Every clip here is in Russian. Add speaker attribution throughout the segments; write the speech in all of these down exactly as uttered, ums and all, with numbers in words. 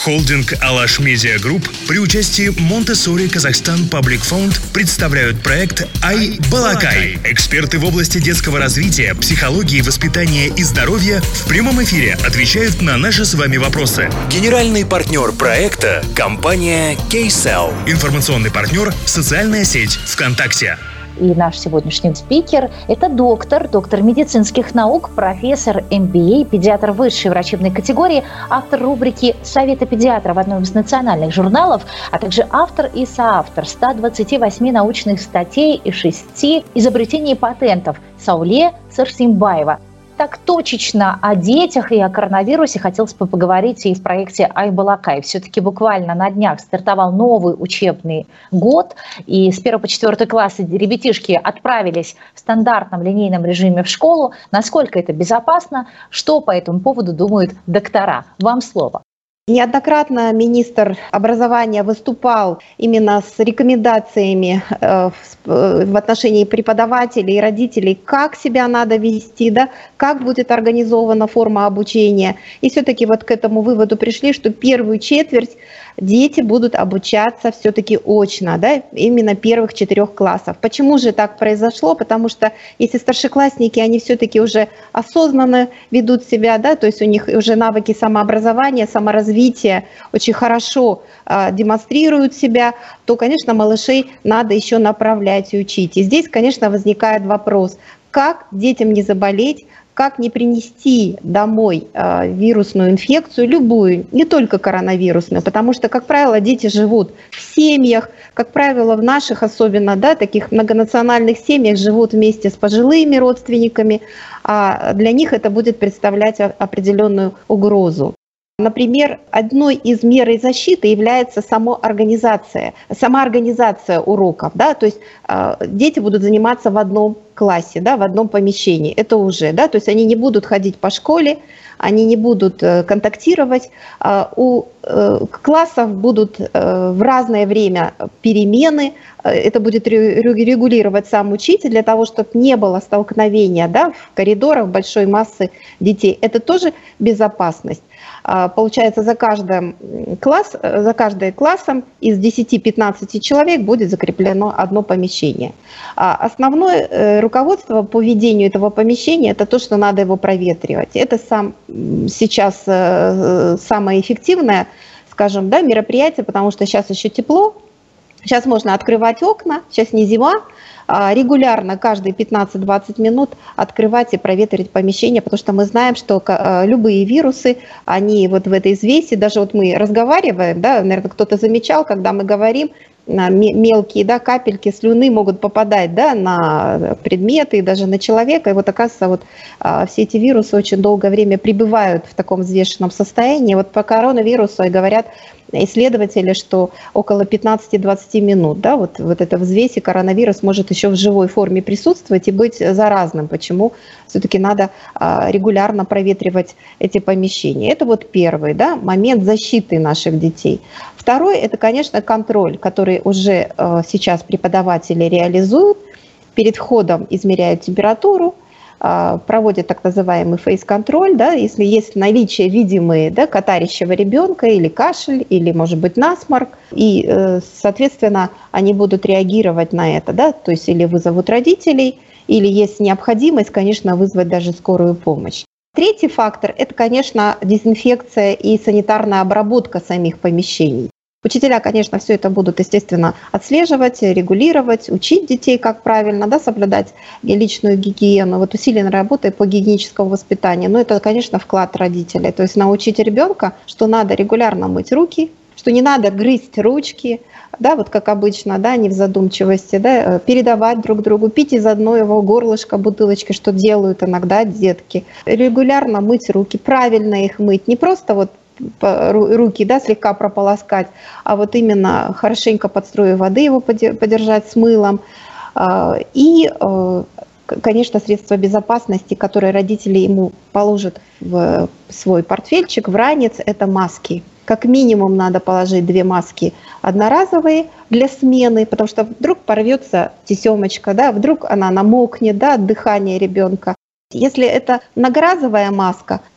Speaker 1: Холдинг «Алаш Медиа Групп» при участии Монтессори Казахстан Паблик Фонд представляют проект «Ай Балакай». Эксперты в области детского развития, психологии, воспитания и здоровья в прямом эфире отвечают на наши с вами вопросы. Генеральный партнер проекта – компания Кейсел. Информационный партнер – социальная сеть ВКонтакте.
Speaker 2: И наш сегодняшний спикер – это доктор, доктор медицинских наук, профессор эм би эй, педиатр высшей врачебной категории, автор рубрики «Совета педиатра» в одном из национальных журналов, а также автор и соавтор ста двадцати восьми научных статей и шести изобретений и патентов Сауле Сарсембаева. Так точечно о детях и о коронавирусе хотелось бы поговорить и в проекте «Ай Балакай». Все-таки буквально на днях стартовал новый учебный год, и с первого по четвертый класс ребятишки отправились в стандартном линейном режиме в школу. Насколько это безопасно? Что по этому поводу думают доктора? Вам слово.
Speaker 3: Неоднократно министр образования выступал именно с рекомендациями э, в отношении преподавателей и родителей, как себя надо вести, да, как будет организована форма обучения. И все-таки вот к этому выводу пришли, что первую четверть дети будут обучаться все-таки очно, да, именно первых четырех классов. Почему же так произошло? Потому что если старшеклассники, они все-таки уже осознанно ведут себя, да, то есть у них уже навыки самообразования, саморазвития, очень хорошо э, демонстрируют себя, то, конечно, малышей надо еще направлять и учить. И здесь, конечно, возникает вопрос, как детям не заболеть, как не принести домой э, вирусную инфекцию, любую, не только коронавирусную, потому что, как правило, дети живут в семьях, как правило, в наших особенно, да, таких многонациональных семьях живут вместе с пожилыми родственниками, а для них это будет представлять определенную угрозу. Например, одной из мер защиты является самоорганизация, сама организация уроков. Да? То есть э, дети будут заниматься в одном классе, да, в одном помещении. Это уже, да, то есть они не будут ходить по школе, они не будут э, контактировать. Э, у э, классов будут э, в разное время перемены. Это будет регулировать сам учитель для того, чтобы не было столкновения, да, в коридорах большой массы детей. Это тоже безопасность. Получается, за каждым класс, за каждым классом из десяти-пятнадцати человек будет закреплено одно помещение. Основное руководство по ведению этого помещения – это то, что надо его проветривать. Это сам, сейчас самое эффективное, скажем, да, мероприятие, потому что сейчас еще тепло. Сейчас можно открывать окна, сейчас не зима, регулярно каждые пятнадцать-двадцать минут открывать и проветривать помещение, потому что мы знаем, что любые вирусы, они вот в этой взвеси, даже вот мы разговариваем, да, наверное, кто-то замечал, когда мы говорим, мелкие, да, капельки слюны могут попадать, да, на предметы и даже на человека. И вот, оказывается, вот, а, все эти вирусы очень долгое время пребывают в таком взвешенном состоянии. Вот по коронавирусу говорят исследователи, что около пятнадцати-двадцати минут, да, вот, вот эта взвесь, и коронавирус может еще в живой форме присутствовать и быть заразным. Почему все-таки надо а, регулярно проветривать эти помещения? Это вот первый, да, момент защиты наших детей. Второй – это, конечно, контроль, который уже э, сейчас преподаватели реализуют. Перед входом измеряют температуру, э, проводят так называемый фейс-контроль. Да, если есть наличие видимые, да, катарящего ребенка или кашель, или, может быть, насморк. И, э, соответственно, они будут реагировать на это. Да, то есть или вызовут родителей, или есть необходимость, конечно, вызвать даже скорую помощь. Третий фактор – это, конечно, дезинфекция и санитарная обработка самих помещений. Учителя, конечно, все это будут, естественно, отслеживать, регулировать, учить детей, как правильно, да, соблюдать личную гигиену. Вот усиленная работа по гигиеническому воспитанию. Но это, конечно, вклад родителей. То есть научить ребенка, что надо регулярно мыть руки, что не надо грызть ручки, да, вот как обычно, да, не в задумчивости, да, передавать друг другу, пить из одного горлышка бутылочки, что делают иногда детки. Регулярно мыть руки, правильно их мыть, не просто вот руки, да, слегка прополоскать, а вот именно хорошенько под струю воды его подержать с мылом. И, конечно, средства безопасности, которые родители ему положат в свой портфельчик, в ранец, это маски. Как минимум надо положить две маски одноразовые для смены, потому что вдруг порвется тесемочка, да, вдруг она намокнет, да, от дыхания ребенка. Если это многоразовая маска,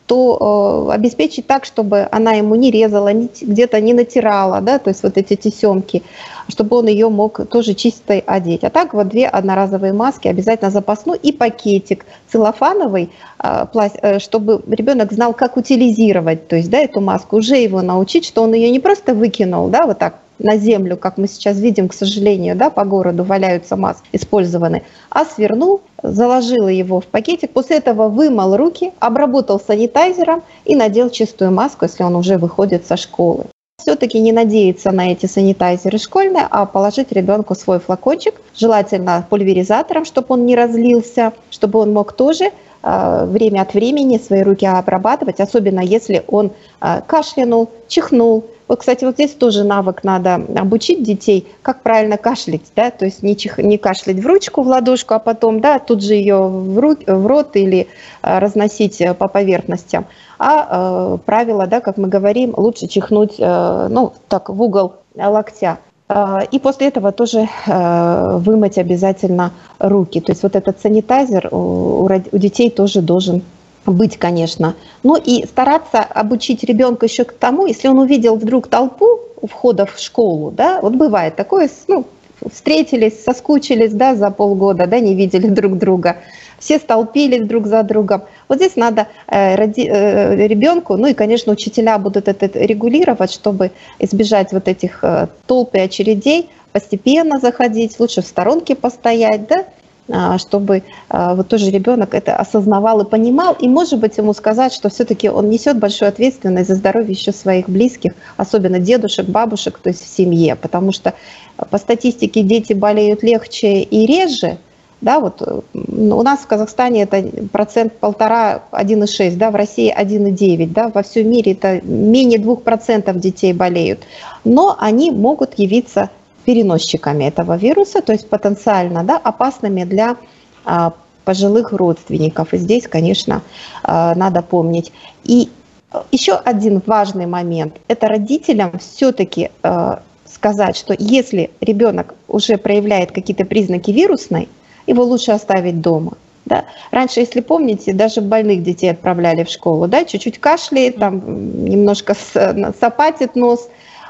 Speaker 3: то э, обеспечить так, чтобы она ему не резала, не, где-то не натирала, да, то есть вот эти тесемки, чтобы он ее мог тоже чистой одеть. А так вот две одноразовые маски, обязательно запасную и пакетик целлофановый, э, пласт, э, чтобы ребенок знал, как утилизировать, то есть, да, эту маску, уже его научить, что он ее не просто выкинул, да, вот так на землю, как мы сейчас видим, к сожалению, да, по городу валяются маски использованные, а свернул, заложил его в пакетик, после этого вымыл руки, обработал санитайзером и надел чистую маску, если он уже выходит со школы. Все-таки не надеяться на эти санитайзеры школьные, а положить ребенку свой флакончик, желательно пульверизатором, чтобы он не разлился, чтобы он мог тоже э, время от времени свои руки обрабатывать, особенно если он э, кашлянул, чихнул. Вот, кстати, вот здесь тоже навык надо обучить детей, как правильно кашлять, да, то есть не, чих, не кашлять в ручку, в ладошку, а потом, да, тут же ее в, ру, в рот или э, разносить по поверхностям. А э, правило, да, как мы говорим, лучше чихнуть, э, ну, так, в угол локтя. Э, и после этого тоже э, вымыть обязательно руки. То есть вот этот санитайзер у, у детей тоже должен быть, конечно. Ну и стараться обучить ребенка еще к тому, если он увидел вдруг толпу у входа в школу, да, вот бывает такое, ну, встретились, соскучились, да, за полгода, да, не видели друг друга, все столпились друг за другом. Вот здесь надо э, роди, э, ребенку, ну и, конечно, учителя будут это регулировать, чтобы избежать вот этих э, толп и очередей, постепенно заходить, лучше в сторонке постоять, да, чтобы вот тоже ребенок это осознавал и понимал, и, может быть, ему сказать, что все-таки он несет большую ответственность за здоровье еще своих близких, особенно дедушек, бабушек, то есть в семье, потому что по статистике дети болеют легче и реже, да, вот у нас в Казахстане это процент полтора, один и шесть, да, в России один и девять, да, во всем мире это менее двух процентов детей болеют, но они могут явиться переносчиками этого вируса, то есть потенциально, да, опасными для а, пожилых родственников. И здесь, конечно, а, надо помнить. И еще один важный момент – это родителям все-таки а, сказать, что если ребенок уже проявляет какие-то признаки вирусной, его лучше оставить дома. Да? Раньше, если помните, даже больных детей отправляли в школу, да? Чуть-чуть кашляет, там, немножко сапатит нос,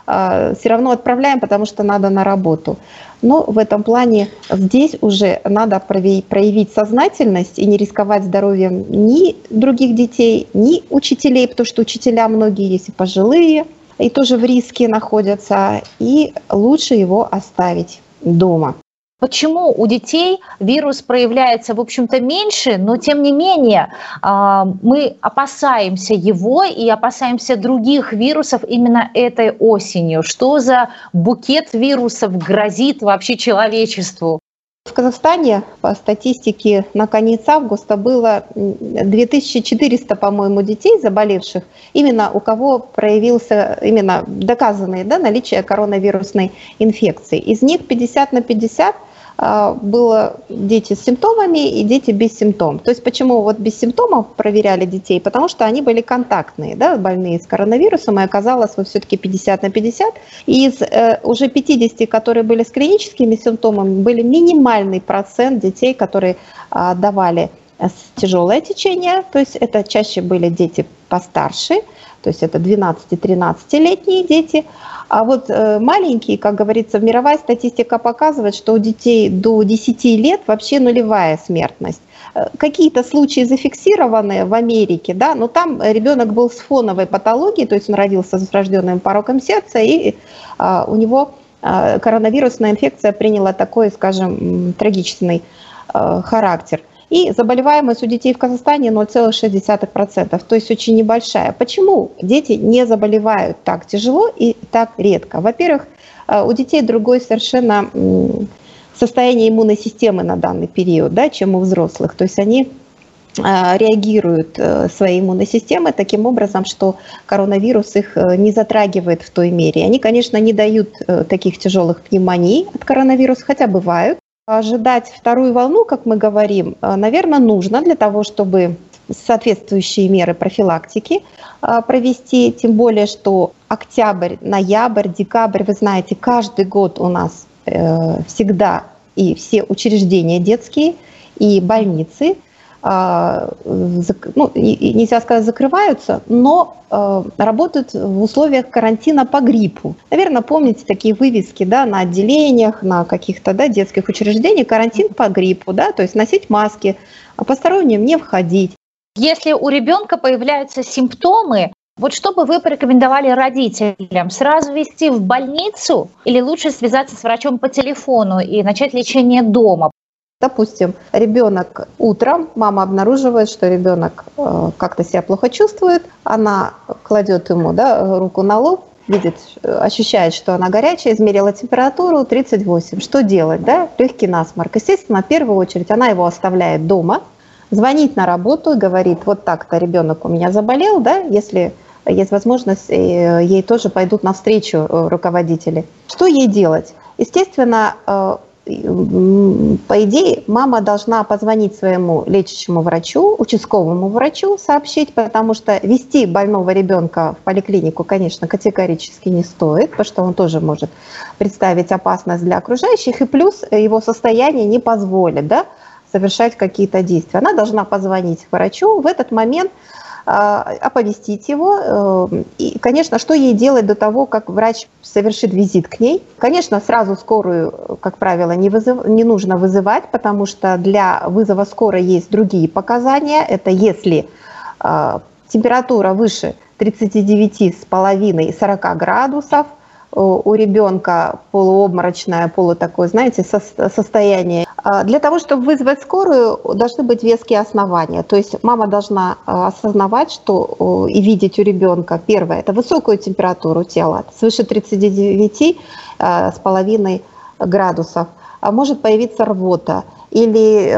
Speaker 3: все равно отправляем, потому что надо на работу. Но в этом плане здесь уже надо проявить сознательность и не рисковать здоровьем ни других детей, ни учителей, потому что учителя многие есть и пожилые, и тоже в риске находятся, и лучше его оставить дома.
Speaker 2: Почему у детей вирус проявляется, в общем-то, меньше, но тем не менее мы опасаемся его и опасаемся других вирусов именно этой осенью? Что за букет вирусов грозит вообще человечеству?
Speaker 3: В Казахстане по статистике на конец августа было две тысячи четыреста, по-моему, детей, заболевших, именно у кого проявился именно доказанное, да, наличие коронавирусной инфекции. Из них пятьдесят на пятьдесят было дети с симптомами и дети без симптомов. То есть почему вот без симптомов проверяли детей? Потому что они были контактные, да, больные с коронавирусом, и оказалось вот все-таки пятьдесят на пятьдесят. И из э, уже пятидесяти, которые были с клиническими симптомами, были минимальный процент детей, которые э, давали тяжелое течение, то есть это чаще были дети постарше, то есть это двенадцати-тринадцатилетние дети. А вот маленькие, как говорится, мировая статистика показывает, что у детей до десяти лет вообще нулевая смертность. Какие-то случаи зафиксированы в Америке, да, но там ребенок был с фоновой патологией, то есть он родился с врожденным пороком сердца, и а, у него а, коронавирусная инфекция приняла такой, скажем, трагичный а, характер. И заболеваемость у детей в Казахстане ноль целых шесть десятых процента, то есть очень небольшая. Почему дети не заболевают так тяжело и так редко? Во-первых, у детей другое совершенно состояние иммунной системы на данный период, да, чем у взрослых. То есть они реагируют своей иммунной системой таким образом, что коронавирус их не затрагивает в той мере. Они, конечно, не дают таких тяжелых пневмоний от коронавируса, хотя бывают. Ожидать вторую волну, как мы говорим, наверное, нужно для того, чтобы соответствующие меры профилактики провести, тем более, что октябрь, ноябрь, декабрь, вы знаете, каждый год у нас всегда и все учреждения детские, и больницы ну, нельзя сказать закрываются, но работают в условиях карантина по гриппу. Наверное, помните такие вывески, да, на отделениях, на каких-то, да, детских учреждениях: карантин по гриппу, да, то есть носить маски, а посторонним не входить.
Speaker 2: Если у ребенка появляются симптомы, вот что бы вы порекомендовали родителям? Сразу везти в больницу или лучше связаться с врачом по телефону и начать лечение дома?
Speaker 3: Допустим, ребенок утром, мама обнаруживает, что ребенок э, как-то себя плохо чувствует, она кладет ему, да, руку на лоб, видит, ощущает, что она горячая, измерила температуру тридцать восемь. Что делать, да? Легкий насморк. Естественно, в первую очередь она его оставляет дома, звонит на работу и говорит: вот так-то ребенок у меня заболел, да, если есть возможность, ей тоже пойдут навстречу руководители. Что ей делать? Естественно, по идее, мама должна позвонить своему лечащему врачу, участковому врачу, сообщить, потому что вести больного ребенка в поликлинику, конечно, категорически не стоит, потому что он тоже может представить опасность для окружающих, и плюс его состояние не позволит, да, совершать какие-то действия. Она должна позвонить врачу в этот момент, оповестить его. И, конечно, что ей делать до того, как врач совершит визит к ней? Конечно, сразу скорую, как правило, не, вызыв... не нужно вызывать, потому что для вызова скорой есть другие показания. Это если э, температура выше тридцати девяти с половиной — сорока градусов, у ребенка полуобморочное, полу такое, знаете, состояние. Для того, чтобы вызвать скорую, должны быть веские основания. То есть мама должна осознавать, что и видеть у ребенка, первое, это высокую температуру тела, свыше тридцати девяти с половиной градусов. Может появиться рвота или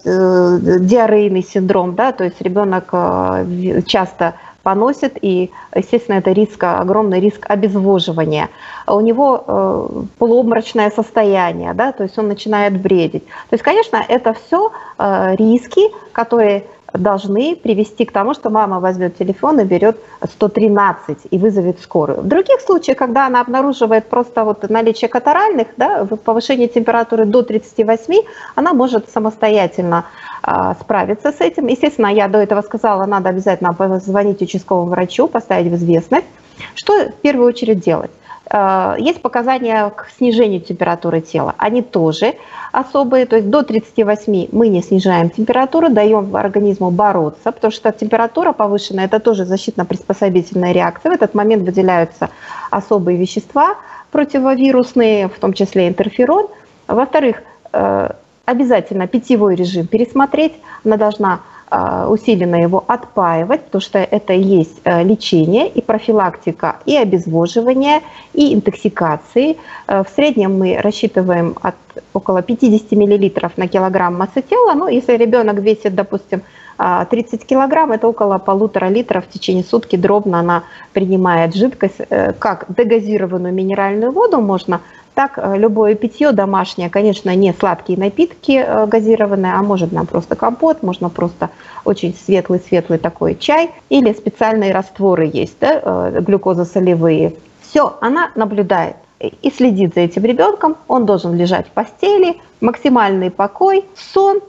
Speaker 3: диарейный синдром, да, то есть ребенок часто поносит, и, естественно, это риск, огромный риск обезвоживания. У него э, полуобморочное состояние, да, то есть он начинает бредить. То есть, конечно, это все э, риски, которые должны привести к тому, что мама возьмет телефон и берет сто тринадцать и вызовет скорую. В других случаях, когда она обнаруживает просто вот наличие катаральных, да, повышение температуры до тридцати восьми, она может самостоятельно э, справиться с этим. Естественно, я до этого сказала, надо обязательно позвонить участковому врачу, поставить в известность. Что в первую очередь делать? Есть показания к снижению температуры тела. Они тоже особые. То есть до тридцати восьми мы не снижаем температуру, даем организму бороться, потому что температура повышенная – это тоже защитно-приспособительная реакция. В этот момент выделяются особые вещества противовирусные, в том числе интерферон. Во-вторых, обязательно питьевой режим пересмотреть. Она должна усиленно его отпаивать, потому что это и есть лечение, и профилактика, и обезвоживание, и интоксикации. В среднем мы рассчитываем от около пятидесяти миллилитров на килограмм массы тела. Ну, если ребенок весит, допустим, тридцать килограмм, это около полутора литров в течение сутки дробно она принимает жидкость. Как дегазированную минеральную воду можно, так любое питье домашнее, конечно, не сладкие напитки газированные, а может нам просто компот, можно просто очень светлый-светлый такой чай, или специальные растворы есть, да, глюкозосолевые. Все, она наблюдает и следит за этим ребенком, он должен лежать в постели, максимальный покой, сон,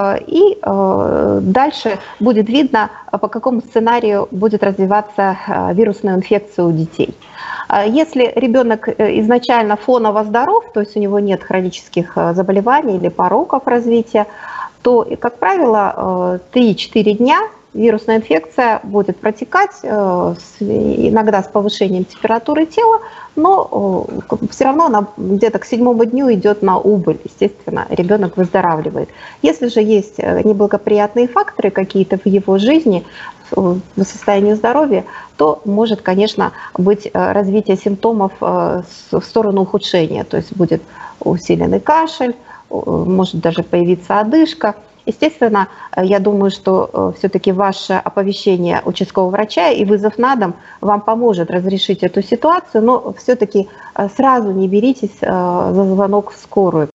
Speaker 3: и дальше будет видно, по какому сценарию будет развиваться вирусная инфекция у детей. Если ребенок изначально фоново здоров, то есть у него нет хронических заболеваний или пороков развития, то, как правило, три-четыре дня вирусная инфекция будет протекать, иногда с повышением температуры тела, но все равно она где-то к седьмому дню идет на убыль. Естественно, ребенок выздоравливает. Если же есть неблагоприятные факторы какие-то в его жизни, в состоянии здоровья, то может, конечно, быть развитие симптомов в сторону ухудшения. То есть будет усиленный кашель, может даже появиться одышка. Естественно, я думаю, что все-таки ваше оповещение участкового врача и вызов на дом вам поможет разрешить эту ситуацию, но все-таки сразу не беритесь за звонок в скорую.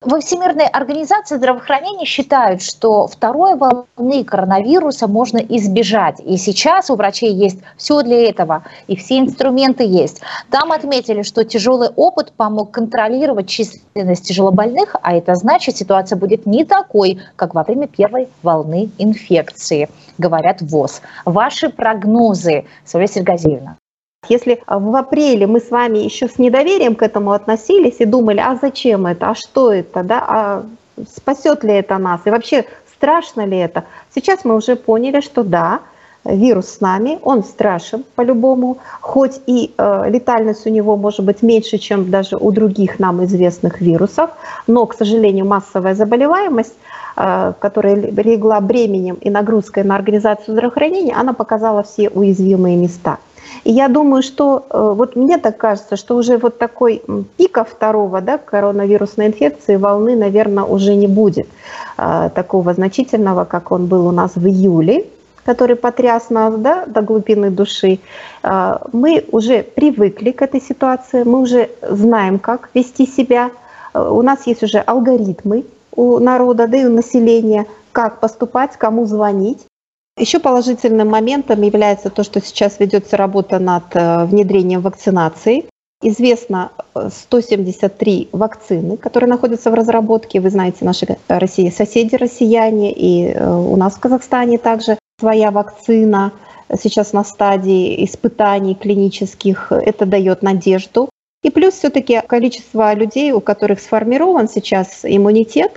Speaker 2: Во Всемирной организации здравоохранения считают, что второй волны коронавируса можно избежать. И сейчас у врачей есть все для этого, и все инструменты есть. Там отметили, что тяжелый опыт помог контролировать численность тяжелобольных, а это значит, ситуация будет не такой, как во время первой волны инфекции, говорят в ВОЗ. Ваши прогнозы, Сауля Сергазиевна?
Speaker 3: Если в апреле мы с вами еще с недоверием к этому относились и думали, а зачем это, а что это, да, а спасет ли это нас, и вообще страшно ли это, сейчас мы уже поняли, что да, вирус с нами, он страшен по-любому, хоть и э, летальность у него может быть меньше, чем даже у других нам известных вирусов, но, к сожалению, массовая заболеваемость, э, которая легла бременем и нагрузкой на организацию здравоохранения, она показала все уязвимые места. И я думаю, что вот мне так кажется, что уже вот такой пика второго, да, коронавирусной инфекции, волны, наверное, уже не будет а, такого значительного, как он был у нас в июле, который потряс нас, да, до глубины души. А, мы уже привыкли к этой ситуации, мы уже знаем, как вести себя. А, у нас есть уже алгоритмы у народа, да и у населения, как поступать, кому звонить. Еще положительным моментом является то, что сейчас ведется работа над внедрением вакцинации. Известно сто семьдесят три вакцины, которые находятся в разработке. Вы знаете, наши России, соседи россияне, и у нас в Казахстане также своя вакцина сейчас на стадии испытаний клинических. Это дает надежду. И плюс все-таки количество людей, у которых сформирован сейчас иммунитет,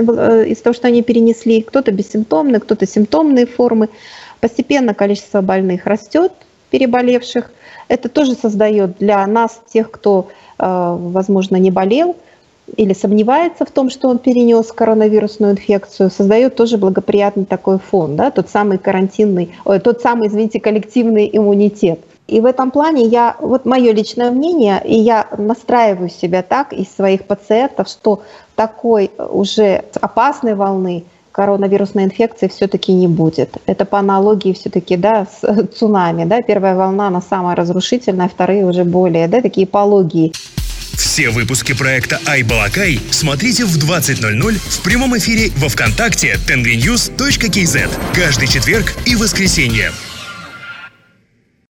Speaker 3: из того, что они перенесли, кто-то бессимптомные, кто-то симптомные формы. Постепенно количество больных растет, переболевших. Это тоже создает для нас, тех, кто, возможно, не болел или сомневается в том, что он перенес коронавирусную инфекцию, создает тоже благоприятный такой фон, да, тот самый карантинный, ой, тот самый, извините, коллективный иммунитет. И в этом плане я, вот мое личное мнение, и я настраиваю себя так из своих пациентов, что такой уже опасной волны коронавирусной инфекции все-таки не будет. Это по аналогии все-таки, да, с цунами, да, первая волна, она самая разрушительная, вторые уже более, да, такие пологие.
Speaker 1: Все выпуски проекта «Айбалакай» смотрите в двадцать ноль ноль в прямом эфире во ВКонтакте тенгриньюз точка кей зет каждый четверг и воскресенье.